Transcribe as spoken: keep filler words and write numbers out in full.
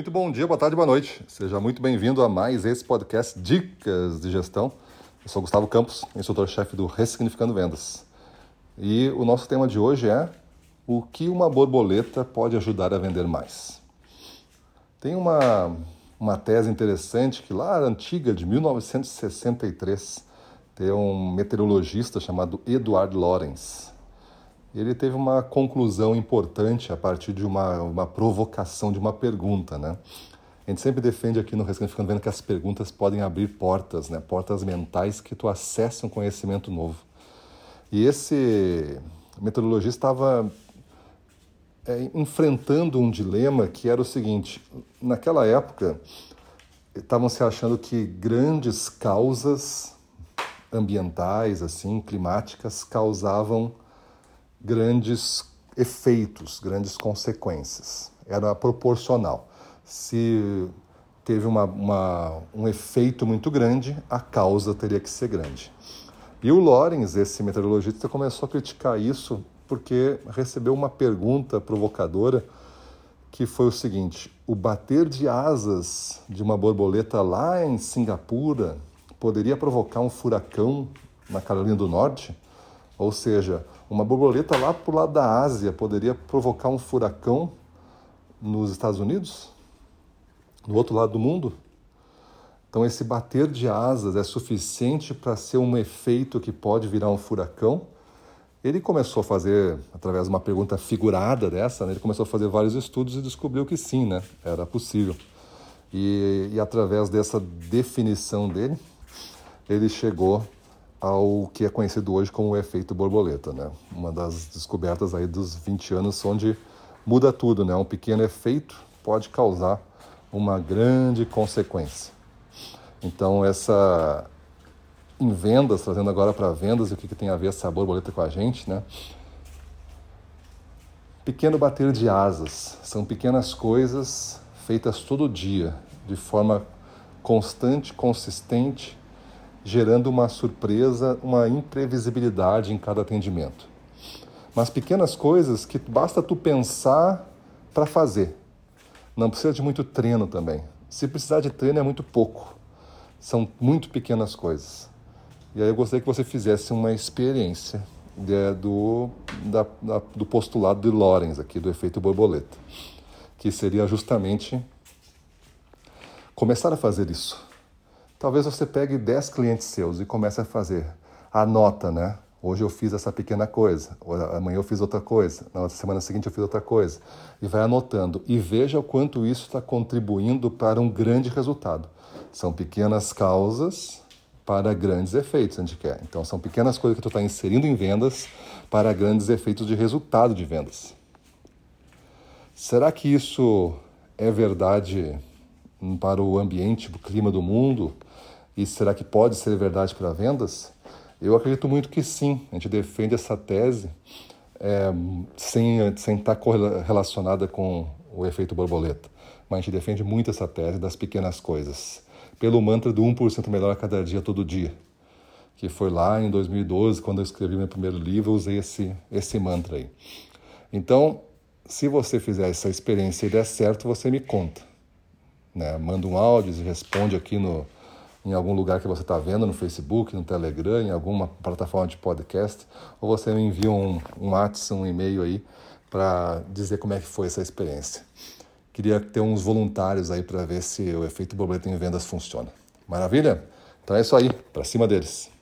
Muito bom dia, boa tarde, boa noite. Seja muito bem-vindo a mais esse podcast Dicas de Gestão. Eu sou Gustavo Campos, instrutor-chefe do Ressignificando Vendas. E o nosso tema de hoje é o que uma borboleta pode ajudar a vender mais. Tem uma, uma tese interessante que lá antiga, de mil novecentos e sessenta e três, tem um meteorologista chamado Edward Lorenz. Ele teve uma conclusão importante a partir de uma, uma provocação, de uma pergunta, né? A gente sempre defende aqui no Ressignificando Vendas que as perguntas podem abrir portas, né? Portas mentais que tu acesse um conhecimento novo. E esse meteorologista estava é, enfrentando um dilema que era o seguinte: naquela época, estavam se achando que grandes causas ambientais, assim, climáticas, causavam grandes efeitos, grandes consequências. Era proporcional. Se teve uma, uma, um efeito muito grande, a causa teria que ser grande. E o Lorenz, esse meteorologista, começou a criticar isso porque recebeu uma pergunta provocadora que foi o seguinte: o bater de asas de uma borboleta lá em Singapura poderia provocar um furacão na Carolina do Norte? Ou seja, uma borboleta lá para o lado da Ásia poderia provocar um furacão nos Estados Unidos? No outro lado do mundo? Então esse bater de asas é suficiente para ser um efeito que pode virar um furacão? Ele começou a fazer, através de uma pergunta figurada dessa, né, ele começou a fazer vários estudos e descobriu que sim, né, era possível. E, e através dessa definição dele, ele chegou ao que é conhecido hoje como o efeito borboleta, né? Uma das descobertas aí dos vinte anos, onde muda tudo, né? Um pequeno efeito pode causar uma grande consequência. Então, essa em vendas, trazendo agora para vendas, o que, que tem a ver essa borboleta com a gente, né? Pequeno bater de asas, são pequenas coisas feitas todo dia, de forma constante, consistente, gerando uma surpresa, uma imprevisibilidade em cada atendimento. Mas pequenas coisas que basta tu pensar para fazer. Não precisa de muito treino também. Se precisar de treino é muito pouco. São muito pequenas coisas. E aí eu gostaria que você fizesse uma experiência de, do, da, da, do postulado de Lorenz aqui, do efeito borboleta, que seria justamente começar a fazer isso. Talvez você pegue dez clientes seus e comece a fazer. Anota, né? Hoje eu fiz essa pequena coisa, amanhã eu fiz outra coisa, na semana seguinte eu fiz outra coisa. E vai anotando. E veja o quanto isso está contribuindo para um grande resultado. São pequenas causas para grandes efeitos, a gente quer. Então são pequenas coisas que tu está inserindo em vendas para grandes efeitos de resultado de vendas. Será que isso é verdade para o ambiente, para o clima do mundo? E será que pode ser verdade para vendas? Eu acredito muito que sim. A gente defende essa tese é, sem, sem estar relacionada com o efeito borboleta. Mas a gente defende muito essa tese das pequenas coisas. Pelo mantra do um por cento melhor a cada dia, todo dia. Que foi lá em dois mil e doze, quando eu escrevi meu primeiro livro, eu usei esse, esse mantra aí. Então, se você fizer essa experiência e der certo, você me conta. Né? Manda um áudio e responde aqui no, em algum lugar que você está vendo, no Facebook, no Telegram, em alguma plataforma de podcast, ou você me envia um, um WhatsApp, um e-mail aí para dizer como é que foi essa experiência. Queria ter uns voluntários aí para ver se o efeito borboleta em vendas funciona. Maravilha? Então é isso aí, para cima deles.